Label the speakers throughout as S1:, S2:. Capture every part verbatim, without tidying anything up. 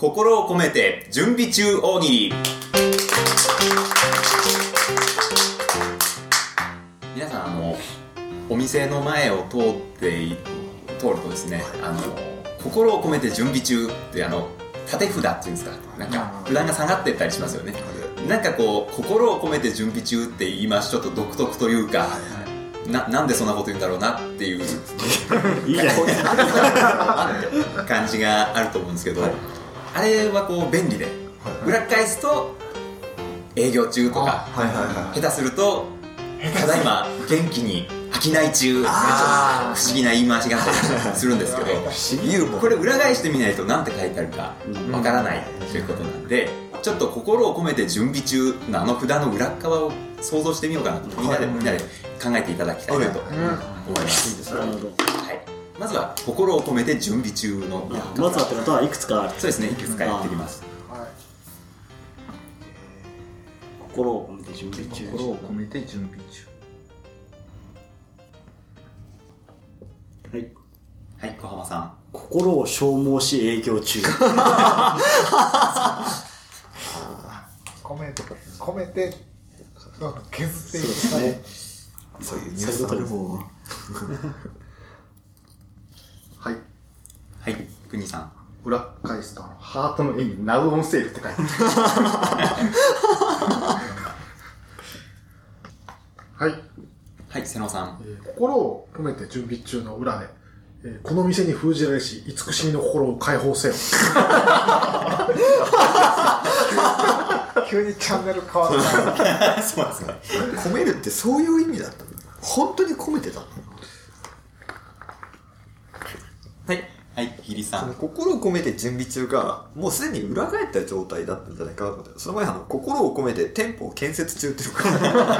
S1: 心を込めて準備中大喜利。皆さん、あのお店の前を通って通るとですね、あの心を込めて準備中ってあの縦札っていうんですか、なんか札が下がってったりしますよね。なんかこう心を込めて準備中って言います、ちょっと独特というか、な, なんでそんなこと言うんだろうなっていういい感じがあると思うんですけど、はい、あれはこう便利で、はいはい、裏返すと営業中とか、はいはいはい、下手するとただいま元気に商い中、あ不思議な言い回しがあったりするんですけど、これ裏返してみないと何て書いてあるかわからないということなんで、ちょっと心を込めて準備中のあの札の裏側を想像してみようかなと、みんなで、みんなで考えていただきたいなと思います。はい、まずは心を込めて準備中の裏側。
S2: まずはってことはいくつかある。
S1: そうですね、いくつかやってきます。
S2: はい、心を込めて準備中。
S3: 心を込めて準備中。
S1: はい。はい、小浜さん。
S2: 心を消耗し営業中。
S4: 込めて、込めて、削っていく。
S2: そうですね。
S3: そういうニュースあるもん。
S5: はい。
S1: はい、国さん。
S5: 裏返すと、ハートの絵に Now on sale って書いてある。はい。
S1: はい、瀬野さん、
S5: えー。心を込めて準備中の裏で、えー、この店に封じられし、慈しみの心を解放せよ。
S4: 急にチャンネル変わった。
S3: そうですね。込めるってそういう意味だったの？本当に込めてたの？
S1: はい。はい、ギリさん。
S3: その心を込めて準備中が、もうすでに裏返った状態だったんじゃないかなと思って、その前あの、心を込めて店舗を建設中っていうか。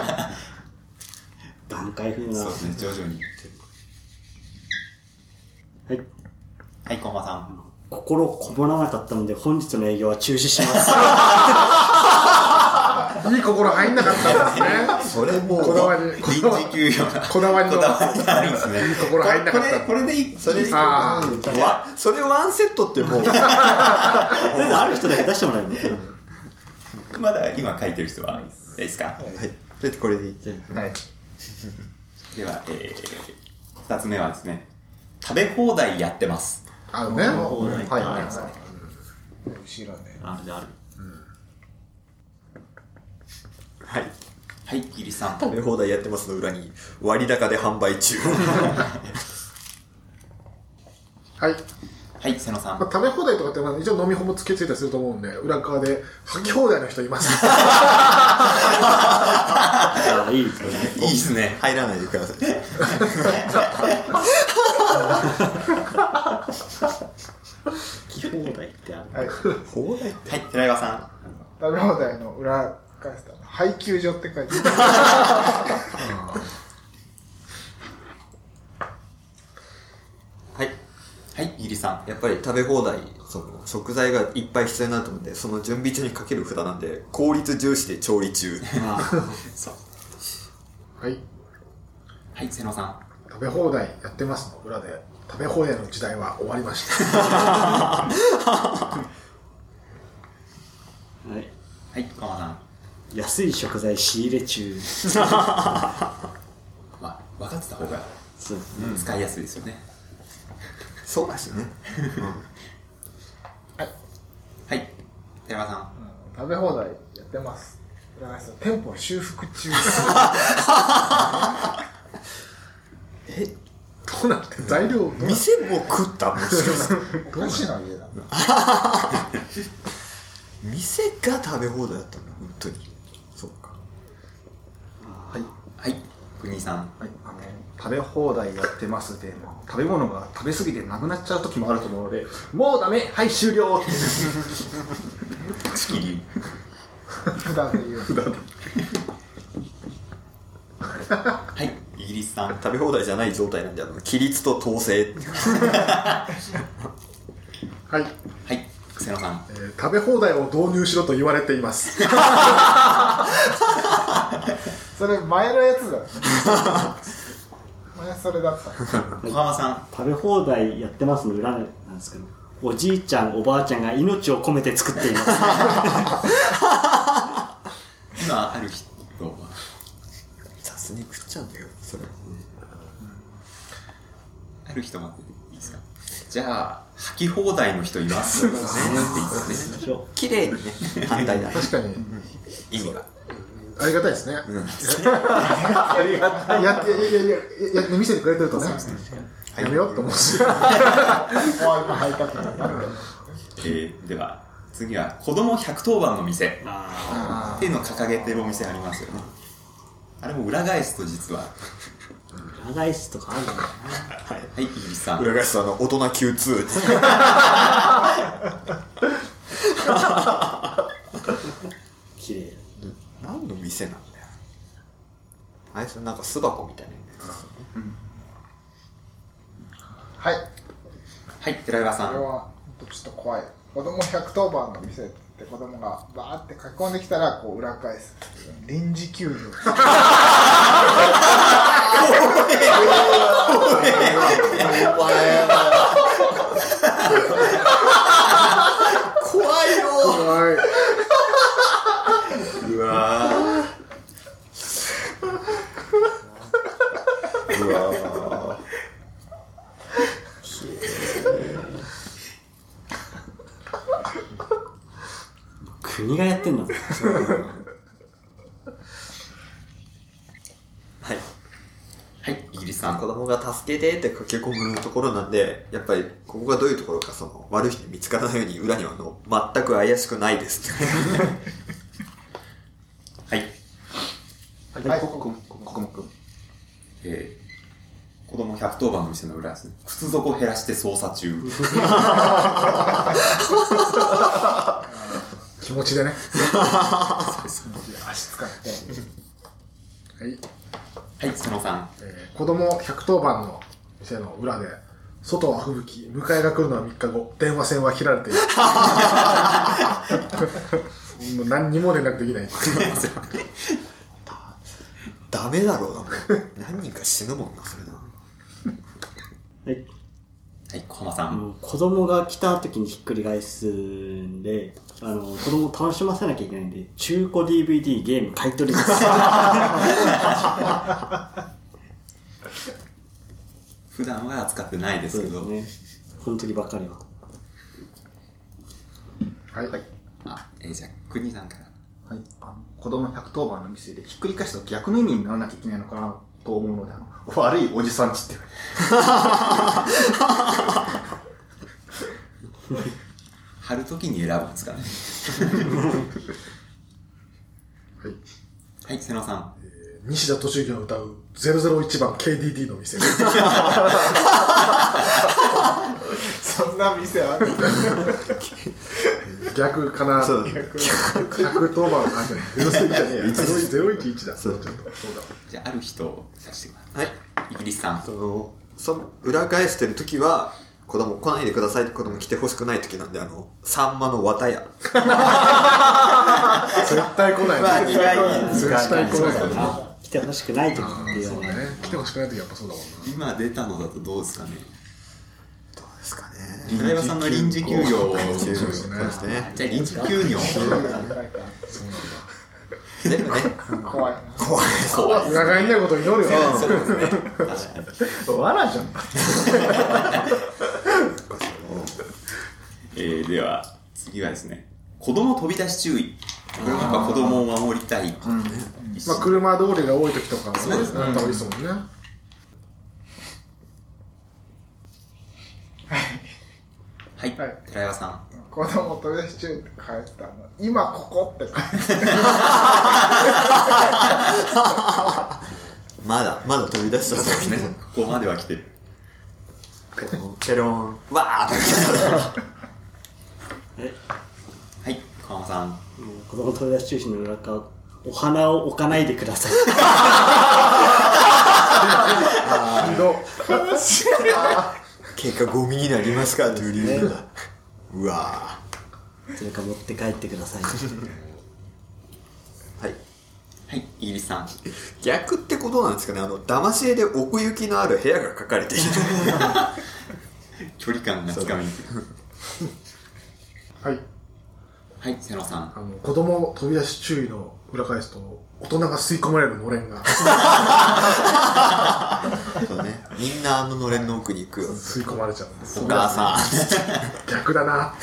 S2: 段階風な。
S1: そうですね、徐々に。
S2: はい。
S1: はい、小浜さん。
S2: 心こもらなかったので本日の営業は中止します。
S5: いい心入んなかったんですね。
S3: それも
S5: こだわり、
S1: 臨時休業な
S5: こだわりの
S1: こだわりがあるんですね。
S5: いい心入んなかった。
S1: これ、これでいい。
S3: それでいい。
S5: あ
S3: わそれワンセットってもう。
S2: ある人だけ出してもらえるの？
S1: まだ今書いてる人はいいですか？はい。
S3: で、これでいい。
S4: はい。
S1: では、えー、二つ目はですね、食べ放題やってます。
S5: あるね。はい
S4: はいはい。後ろね。
S2: あるである。
S3: はい。
S1: はい、ギリさん。
S3: 食べ放題やってますの裏に、割高で販売中。
S5: はい。
S1: はい、瀬野さん。
S5: まあ、食べ放題とかって、まあ、一応飲み放もつけついたりすると思うんで、裏側で吐き放題の人います。
S2: ああ、いいですね。
S1: いいですね。
S3: 入らないでください。
S2: 気放題ってある。
S4: はい。
S3: 放題って。
S1: はい、寺岩さん。
S4: 食べ放題の裏返したら、配給所って書いてある。
S1: はい。はい、ギリさん。
S3: やっぱり食べ放題、その食材がいっぱい必要になると思うんで、その準備中にかける札なんで、効率重視で調理中。
S1: そう。
S5: はい。
S1: はい、瀬野さん。
S5: 食べ放題やってますの裏で、食べ放題の時代は終わりました。
S2: はい。
S1: はい、小浜さん。
S2: 安い食材仕入れ中。
S1: まあ、分かってた方が、
S2: そう、
S1: うん、使いやすいですよね。
S3: そうだしね。
S1: はい。はい、寺山さん。
S4: うん、食べ放題やってます。裏返すと店舗修復中。
S5: えどうなって材料
S3: 店も食ったもしかして
S4: おかしな家だな。
S3: 店が食べ放題だったんだ、本当に。そうか。
S5: はい。
S1: はい、国さん。
S5: はい、あの食べ放題やってますで、食べ物が食べ過ぎてなくなっちゃう時もあると思うので、もうダメ、はい終了って
S1: チキリ
S4: 普段で言う。
S5: 普段で
S1: はい、イギリスさん。
S3: 食べ放題じゃない状態なんで、あの規律と統制。
S5: はい。
S1: はい、瀬野さん。
S5: えー、食べ放題を導入しろと言われています。
S4: それ前のやつだ。前それだった。
S1: 小浜さん。
S2: 食べ放題やってますの裏なんですけど、 おじいちゃんおばあちゃんが命を込めて作っています
S1: 今ある人は
S3: 雑に食っちゃうんだよそれ、うん、
S1: ある人待っていいですか。じゃあ吐き放題の人いますねって言ってね、
S3: 綺麗にね反対だ
S4: 確かに
S3: 意味が
S4: ありがたいですね、
S3: うん、
S4: ありがたい。やっていやいやいやいや見せてくれてるとね、やめようと思うし。
S1: えー、では次は子供ひゃくとおばんの店っていうのを掲げてるお店ありますよね。あれも裏返すと実は
S2: 裏返すとかあるんだよな。
S1: はい、イギリスさん
S3: 裏返すとあの大人 キューツー
S2: 綺麗。
S3: 何の店なんだよあいつなんか巣箱みたいな、うん、
S4: はい
S1: はい寺岩さん。
S4: これはちょっと怖い。子供ひゃくとおばんの店って子供がバーって書き込んできたらこう裏返す臨時休業
S3: 怖いよ
S4: 怖い。
S3: うわーうわー
S2: 国がやってんの。はい
S1: はいイギリスさん。
S3: 子供が助けてって駆け込むところなんで、やっぱりここがどういうところか、その悪い人に見つからないように裏にはあの全く怪しくないです
S1: はい
S5: はい、はい、ここもここもくん。
S1: えー、子供ひゃくとおばんの店の裏ですね。靴底減らして捜査中
S4: 気持ちでね足使ってはい
S1: はい佐野さん。
S4: えー、子供ひゃくとおばんの店の裏で外は吹雪、迎えが来るのはみっかご、電話線は切られているもう何にも連絡できない
S3: ダメだろうな何人か死ぬもんなそれな。
S2: はい
S1: はい小浜さん。
S2: あの子供が来た時にひっくり返すんで、あの子供を楽しませなきゃいけないんで、中古 ディーブイディー ゲーム買い取ります
S1: 普段は扱ってないですけど、
S2: ね、この時ばかりは。
S4: はい、はい、
S1: あ、えー、じゃあ国さんから。
S5: はい、あの子供ひゃくとおばんの店でひっくり返すと逆の意味にならなきゃいけないのかなと思うので、あの悪いおじさんちって
S1: 貼るときに選ぶんですかね
S4: はい
S1: はい瀬野さん。
S4: えー、西田敏行の歌うゼロゼロいちばん ケーディーディー の店そんな店ある逆かな。そう逆ひゃくとおばんあじゃないゼロゼロいちじゃねえやゼロいちいちだ。そうちょっとそうだ。
S1: じゃあある人を出してください。はいイギリスさん。
S3: そのその裏返してる時は子供来ないでくださいって子供来てほしくない時なんで、あのサンマの綿屋
S4: 絶対来ない絶対来ない
S2: な。来てほしくない時っていう
S4: ね。来てほしくない時やっぱそうだもんな。
S1: 今出たのだとどうですかね。
S3: どうですかね。
S1: 平岩さんの臨時休業を。
S3: そうですね。
S1: じゃあ臨時休業。
S4: そうなんだ。
S3: でもね
S4: 怖い
S3: 怖い
S1: 怖い。
S4: 裏返んないこと祈るよ。
S1: そうですね。確かに。
S5: わらじゃん
S1: えー、では次はですね、子供飛び出し注意。これはやっぱ子供を守りたい、うん、
S4: まあ車通りが多い時とかもね、あった方がいいですもんね。
S1: はい、はい、寺岩さん。
S4: 子供飛び出し注意って書いてたの今ここって書いてた
S3: まだまだ飛び出したんですね。
S1: ここまでは来てる。
S3: ペロンわーって
S2: え
S1: はい川間さん。
S2: 子供飛び出し中止の裏側、お花を置かないでください
S4: ひど
S3: 結果ゴミになりますかという理由だ。うわ
S2: ーそれか持って帰ってください
S3: はい
S1: はいイギリスさん。
S3: 逆ってことなんですかね。あの騙し絵で奥行きのある部屋が描かれている
S1: 距離感がつかみにくい。
S5: はい
S1: はい瀬野さん。
S5: あの子供飛び出し注意の裏返すと大人が吸い込まれるのれんが
S3: そうね。みんなあののれんの奥に行くよ。
S5: 吸い込まれちゃうんです。
S3: お母さん。
S5: 逆だな。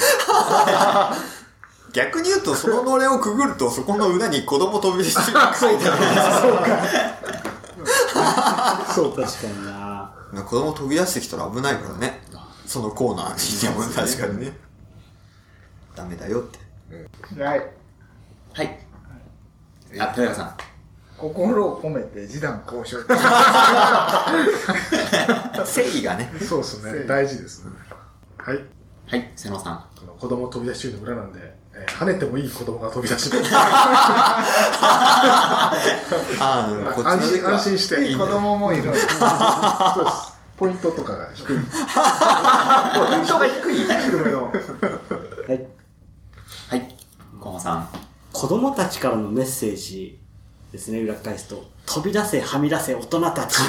S3: 逆に言うと、そののれんをくぐると、そこの裏に子供飛び出し注意が書いてある。
S5: そうか。
S2: 確かにな。
S3: 子供飛び出してきたら危ないからね。そのコーナーにいても確かにね。ダメだよって。
S4: はい
S1: はい。あ、豊川さん。
S4: 心を込めて示談交渉。
S3: 誠意がね。
S5: そうですね。大事ですね。はい。
S1: はい、瀬野さん。
S5: 子供飛び出し注意の裏なんで、えー、跳ねてもいい子供が飛び出してる。
S3: あこっち
S5: 安心安心して
S4: いい子供もいる。そうです。
S5: ポイントとかが低い。ポイントが低い。低めの。
S2: はい。
S1: はい、小浜さん。
S2: 子供たちからのメッセージですね、裏返すと。飛び出せ、はみ出せ、大人たち。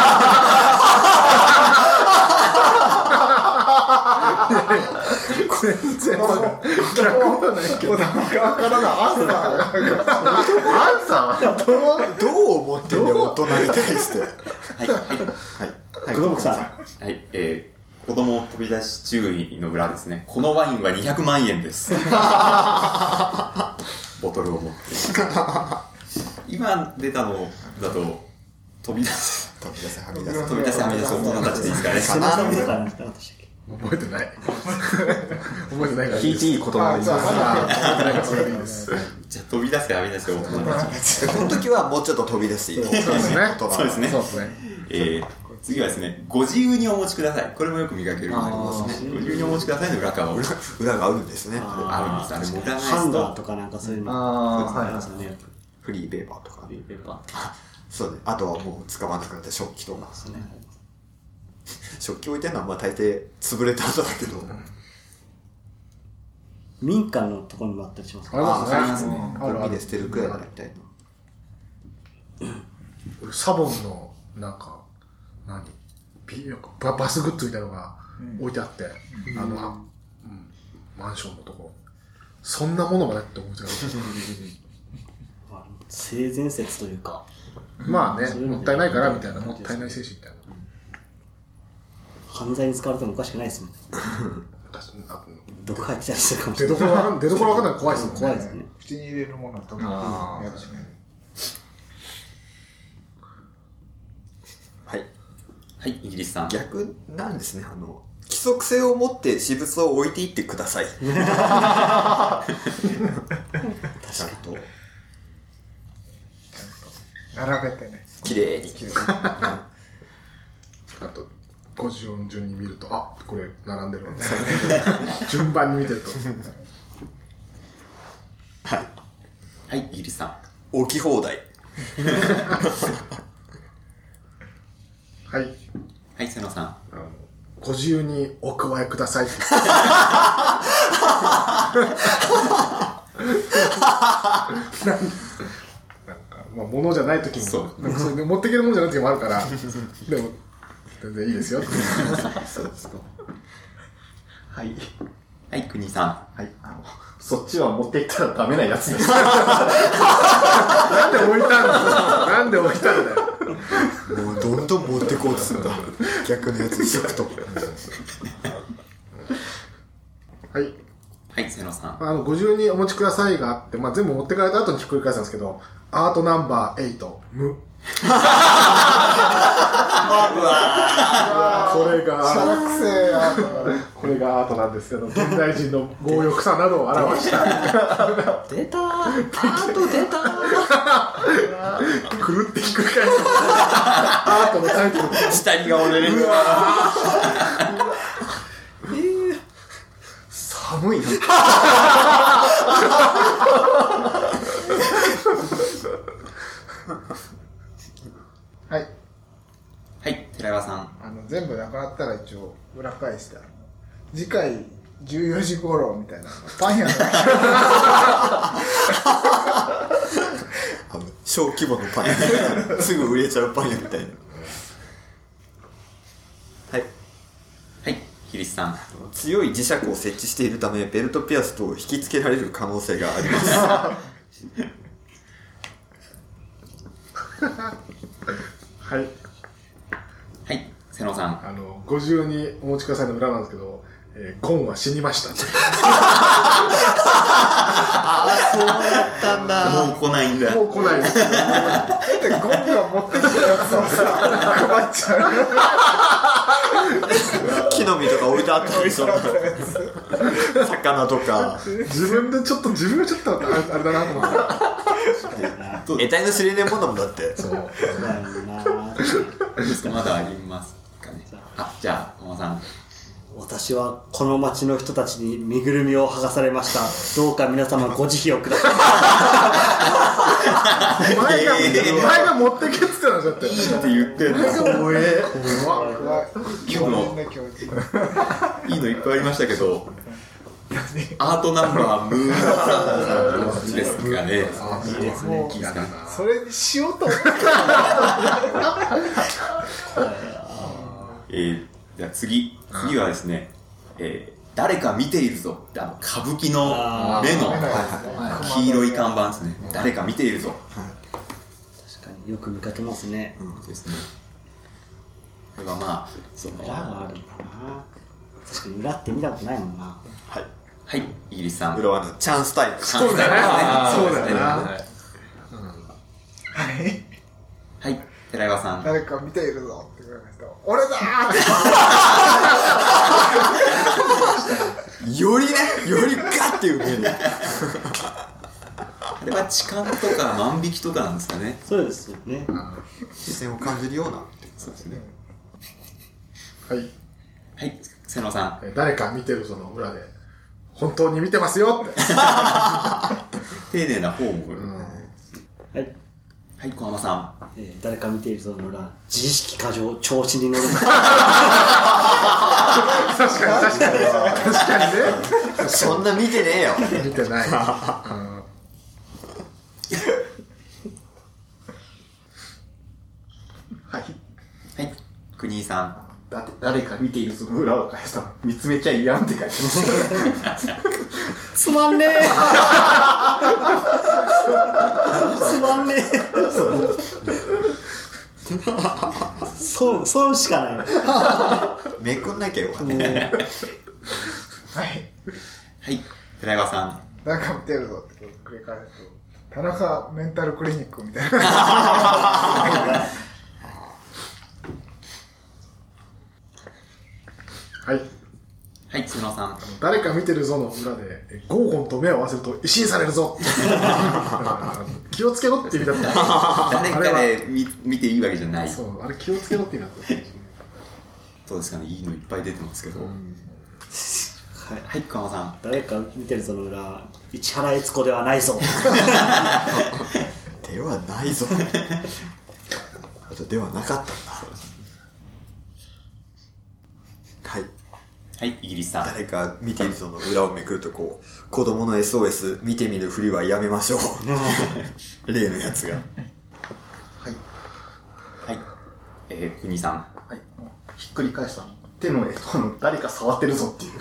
S5: これ全然わかんないけど。
S4: 子供側からのアンサー。
S5: アンサー
S3: どう、どう思ってんだよ、大人に対して。
S1: はい、
S2: はい。子供さん。
S1: はい、えー、子供飛び出し注意の裏ですね。このワインはにひゃくまんえんです。ボトルを持って。今出たのだと、飛び出せ、
S3: 飛び出せ、はみ出せ。
S1: 飛び出せ、はみ出せ、大人たちでいいですかね。
S2: 瀬野さんとかなんか
S5: 覚えてない。覚えてないから。聞いていい言葉でいいです。覚えてないからそれでいいです。
S1: じゃあ飛び出せ、はみ出せ、大人たち。
S3: この時はもうちょっと飛び出していい。
S5: そうですね。
S1: そうですね。
S5: そうですね。
S1: えー、次はですね、ご自由にお持ちください。これもよく見かけるようになりますね。ご自由にお持ちくださいの裏側を。
S3: 裏があるんですね。
S1: あるんです。あれも裏返すと。
S2: ハンガーとかなんかそういうの。
S5: ああ、はい。
S3: フリーペーパーとか。
S2: フリーペーパー。
S3: そうね。あとはもう使わなくなって食器とか。食器置いてるのはまあ大抵潰れた後だけど。
S2: 民家のところにもあったりしますか？
S3: ああ、ありますね。ゴミで捨てるくらいならみたい
S5: な。サボンの、なんか、何ババスグッズみたいなのが置いてあって、あの、うん、マンションのところ。そんなものまでって思っちゃう。
S2: 性善説というか。
S5: まあね、もったいないからみたいな、もったいない精神みたいな。
S2: 犯罪に使われてもおかしくないですもんね。毒入ってたりするかもし
S5: れない。出所わ出所わかんない怖いです
S2: もんね。怖いですね。
S4: 口に入れるものとかやつね。
S3: はい。
S1: はい、イギリスさん。
S3: 逆なんですね。あの、規則性を持って私物を置いていってください。確かに。
S4: 並べてね。
S3: 綺麗に。
S5: あと、ごじゅうよん順に見ると、あ、これ並んでるんだ。順番に見てると。
S3: はい。
S1: はい、イギリスさん。
S3: 置き放題。
S5: はい。
S1: はい、瀬野さん。
S5: あのご自由にお加えください。なんか、まあ、物じゃない時も、なんかそれで持っていけるものじゃない時もあるから、でも、全然いいですよ。
S3: そうですか。
S5: はい。
S1: はい、国さん。
S5: はい。あの、そっちは持っていったらダメなやつです。なんで置いたんだなんで置いたんだよ。
S3: もうどんどん持ってこうとするんだ。逆のやつにしとくと。
S5: はい。
S1: はい、瀬野さん。
S5: あの、ご自由にお持ちくださいがあって、まあ、全部持ってかれた後にひっくり返すんですけど、アートナンバーエイト、無。これが、
S4: 小学生アート
S5: これがアートなんですけど、現代人の強欲さなどを表した。
S2: 出たーアート出た
S5: ー狂ってひっくり返す。アートのタイトル。
S1: 下にが折れる。うわ
S5: えー、寒いな。
S4: はい。
S1: はい、寺山さん。
S4: あの、全部なくなったら一応裏返して、あの、次回じゅうよじ頃みたいな、パン屋の
S3: あの小規模のパン屋。すぐ売れちゃうパン屋みたいな。はい。
S1: はい、 ヒリスさん。
S3: 強い磁石を設置しているためベルトピアスと引きつけられる可能性があります
S5: はい
S1: はい、瀬野さん。
S5: あのご自由にお持ちくださいの裏なんですけど、えー、ゴンは死にました
S3: ああそうだったんだ
S1: もう来ないんだ。
S5: もう来ないです
S4: だってゴンが持ってきたやつをさ配っちゃう
S3: 木の実とか置いてあったんですよ魚とか
S5: 自分でちょっと自分がちょっとあれあれだなと思って
S3: 得体の知れねえもんだもんだって
S5: そう
S2: だよな。
S1: まだありますかね。あ、じゃあ、小間さん。
S2: 私はこの町の人たちに身ぐるみを剥がされました。どうか皆様ご慈悲をください。
S5: お前が、
S1: えー
S5: お前が持ってけって言ってたんじゃって
S1: いいって言ってんの。
S5: 怖え怖っ
S4: 怖い
S1: 今日の
S4: ね今日
S1: いいのいっぱいありましたけど、アートナンバームーンさんですかね。
S5: あ
S1: いいですね。いいですかね。
S4: それにしようと思って
S1: えー、じゃあ次。次はですね、えー、誰か見ているぞってあの歌舞伎の目の黄色い看板ですね。誰か見ているぞ。
S2: 確かによく見かけますね。
S1: うんですね。これはまあその
S2: 裏があるんだな。確かに裏って見たことないもんな。
S3: はい
S1: はい、イギリスさん。
S3: 裏はチャンスタイム
S1: そうだね。
S5: そうだよな
S4: はい
S1: はい、寺岩さん。
S4: 誰か見ているぞって言われました。俺だー
S3: よりねよりガッていう目で
S1: あれは痴漢とか万引きとかなんですかね。
S2: そうですよね。
S3: 視線を感じるような
S1: そうですね。
S5: はい
S1: はい、瀬野さん。
S5: えー誰か見てるぞの裏で本当に見てますよって
S1: 丁寧なフォーム。
S2: はい。
S1: はい、小浜さん。
S2: えー誰か見ているぞの裏、自意識過剰、調子に乗る。
S5: 確かに確かに確かにね
S3: そんな見てねえよ
S5: 見てない、うんはい
S1: はい、国井さん。
S6: だって誰か見ているその裏を返したら見つめちゃいやんって書いてます
S2: つまんねえつまんねえ損、損しかない。
S3: めくんなきゃよかった
S4: はい
S1: はい、寺岩さん。
S4: 誰か見てるぞって繰り返すと田中メンタルクリニックみたいな
S5: はい
S1: はい、瀬野さん。
S5: 誰か見てるぞの裏でえゴーゴンと目を合わせると石にされるぞ気をつけろって意味だった
S1: 誰かで見見ていいわけじゃない。
S5: そうあれ気をつけろって意味だった
S1: そうですかね、いいのいっぱい出てますけど。はい、はい、小浜さん。
S2: 誰か見てるぞの裏、市原悦子ではないぞ。
S3: ではないぞあとではなかったんだはい
S1: はい、イギリスさん。
S3: 誰か見ているぞの裏をめくるとこう子供の エスオーエス 見てみるふりはやめましょう例のやつが
S1: はい、えー、国さん。
S6: はいひっくり返した手のえとの誰か触ってるぞっていう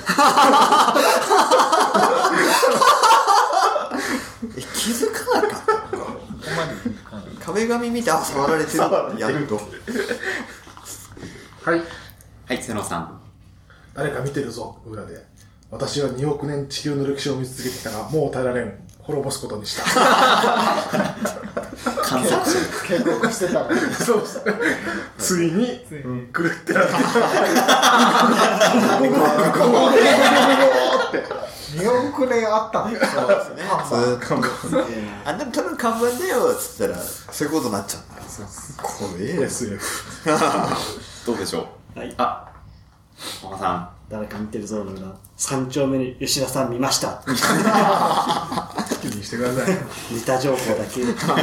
S3: え気づかなかったのか壁紙見てあ触られてるやると
S5: はい
S1: はい、瀬野さん。
S5: 誰か見てるぞ裏で私はにおくねん地球の歴史を見続けてきたがもう耐えられん滅ぼすことにした
S1: 観察者。
S4: 警告してたのに
S5: そうですついに狂ってなった
S4: におくねんあったんだよ
S3: そうですねずーっとあんなのただの看板だよっつったらそういうことになっちゃうんだ怖えです
S5: エスエフ
S1: どうでしょう。
S2: はい。
S1: あ、小浜さん。
S2: 誰か見てるぞの裏、三丁目に吉田さん見ました。
S5: 気にしてください
S2: 似た情報だけ。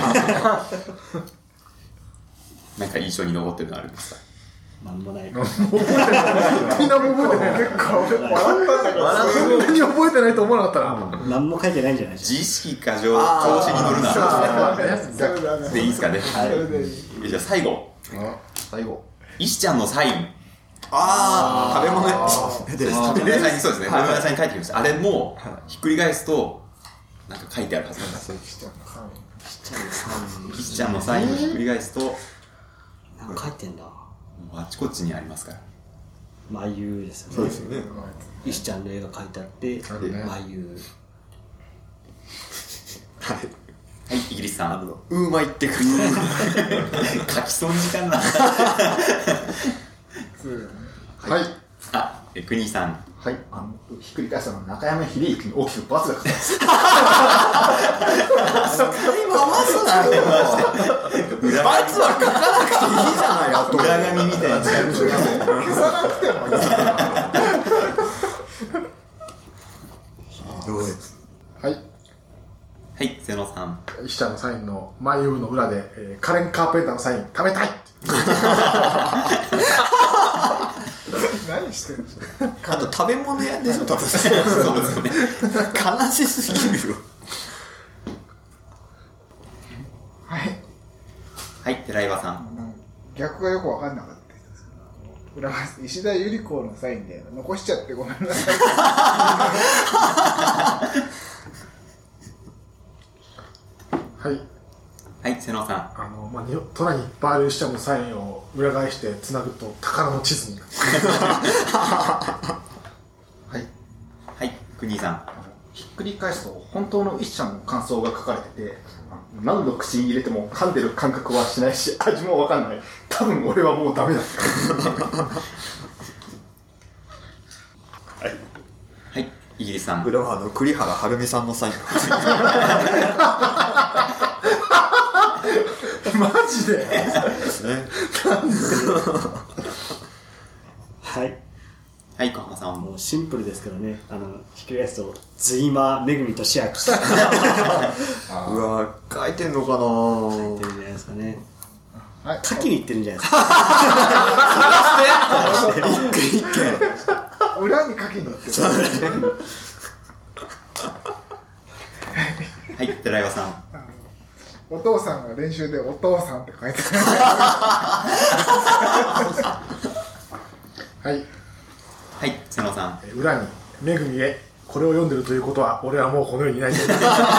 S1: なんか印象に残ってるのあるんですか。
S2: なんもない。
S5: みんなも覚えてない
S4: 結構笑ったんだけど
S5: そんなに覚えてないと思わなかったな
S2: なんも書いてないんじゃないです
S1: 自意識過剰、調子に乗るな。
S4: そうだね
S1: でいいですかね。
S4: それでいい
S1: えじゃあ最後。
S6: 最後
S1: 石ちゃんのサイン。
S3: ああ、食べ物屋
S1: で食べ物屋さんにそうですね、食べ物屋さんに書いてきました。あれもひっくり返すとなんか書いてあるはずなんです。
S4: 石ちゃんのサイン。
S1: 石ちゃんのサインをひっくり返すと
S2: なんか書いてんだ。
S1: あちこちにありますから。
S2: まゆですよね。
S3: そうですよね。
S2: 石ちゃんの絵が書いてあってまゆ。
S3: はい。
S1: はい、イギリスさん。
S3: うーまいって書いて
S1: 書きそうに時間な。
S4: はい。
S1: あ、え、国井さん。
S6: はい、あの、ひっくり返したのは中山秀幸に大きく罰がかかってます。
S3: 使い回すなよ。罰は書かなくていいじゃない、あと。
S1: 裏紙みたいな。
S4: 消さなくてもいい。
S3: どう
S4: はい。
S1: はい、瀬野さん。
S5: 石ちゃんのサインのマイユーの裏で、えー、カレン・カーペンターのサイン食べたい
S4: 何してるんですか。
S3: あと食べ物屋でしょ、多分。
S1: そうですよね。
S3: 悲しすぎるよ。
S4: はい。
S1: はい、寺岩さん。
S4: 逆がよく分かんなかったですけど、裏返す石田ゆり子のサインで残しちゃってごめんなさい。
S5: はい。
S1: はい、瀬野さん。
S5: あの、まあ、に都内にいっぱいある石ちゃんのサインを裏返してつなぐと宝の地図になる。
S6: はい。
S1: はい、国井さん。
S6: ひっくり返すと本当の石ちゃんの感想が書かれてて、何度口に入れても噛んでる感覚はしないし味もわかんない。多分俺はもうダメだ。
S1: はい、イギリスさん。
S3: 裏はあの栗原はるみさんのサイン。
S5: マジで
S3: ですね。
S2: はい。
S1: はい、小浜さん。
S2: もうシンプルですけどね、あのひっくり返すとズイマめぐみとしあき。
S3: うわ、書いてんのかな。
S2: 書いてるんじゃないですかね。
S4: はい。
S2: 書きに行ってるんじゃないですか。
S4: 裏に書きに行ってる。
S1: はい、寺岩さん。
S4: お父さんが練習でお父さんって書いてある。
S5: はい。
S1: はい、瀬野さん。
S5: 裏にめぐみへこれを読んでるということは俺はもうこの世にいない。
S4: どう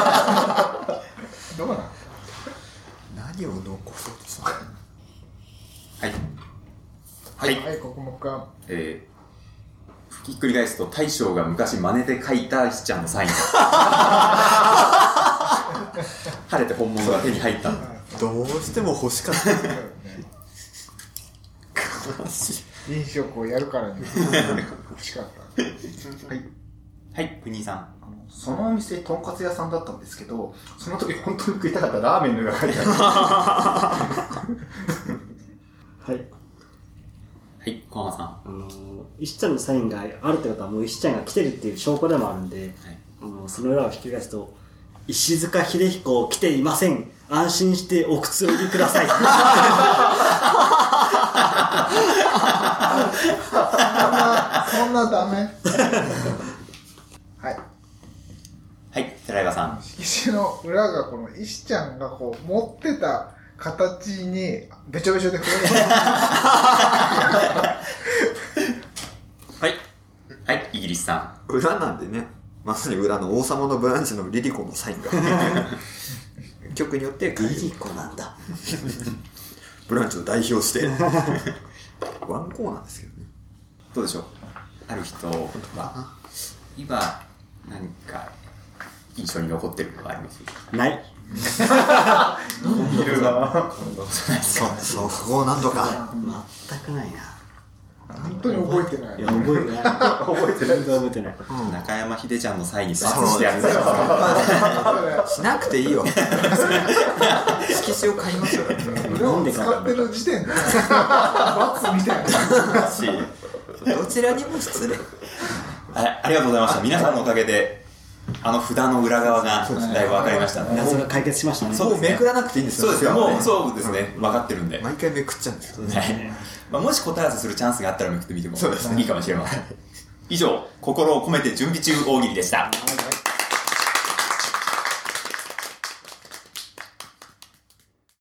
S4: なん
S3: 何を残そうとさ。
S1: はい。はい。
S4: はい、ここもか。
S1: えー、ひっくり返すと大将が昔真似で書いた石ちゃんのサイン。晴れて本物が手に入ったの。
S3: どうしても欲しかった。悲しい。
S4: 飲食をやるからに欲しかった。
S6: はい。
S1: はい、国井さん。
S6: あのそのお店とんかつ屋さんだったんですけど、その時本当に食いたかったラーメンのが書いてある。
S2: はい。
S1: はい、小浜さん。
S2: あの石ちゃんのサインがあるってことはもう石ちゃんが来てるっていう証拠でもあるんで、はい、あのその裏をひっくり返すと石塚秀彦来ていません、安心してお靴を入れください。
S4: そんなダメ。はい。
S1: はい、寺岩さん。
S4: 色紙の裏がこの石ちゃんがこう持ってた形にべちょべちょで触れる。
S1: はい。はい、イギリスさ
S3: ん。裏なんでね、まさに裏の王様のブランチのリリコのサインが曲によって
S2: リリコなんだ。
S3: ブランチを代表してワンコーナーですけどね。
S1: どうでしょう、ある人は今何か印象に残ってることがあります？
S2: ない。
S1: いるが
S3: そうそう、そこを何度か。
S2: 全くないな。
S4: 本当に覚えてない。
S2: いや、覚えてない。覚えてない。覚えてない。
S1: 中山秀ちゃんの際にバツしてやるんだよ。
S3: しなくていいよ。色紙を買いますよ。
S4: 裏を使ってる時点でバツみたいな
S3: し、どちらにも失礼。
S1: あ、ありがとうございました。皆さんのおかげであの札の裏側がだいぶ分かりました。
S2: 謎が解決しましたね。
S3: そう、めくらなくていいんですよ。
S1: そうですよ。もうそうですね。分かってるんで。
S3: 毎回めくっちゃうんですよ。
S1: まあもし答え合わせするチャンスがあったらめくってみてもいいかもしれません。以上、心を込めて準備中大喜利でした。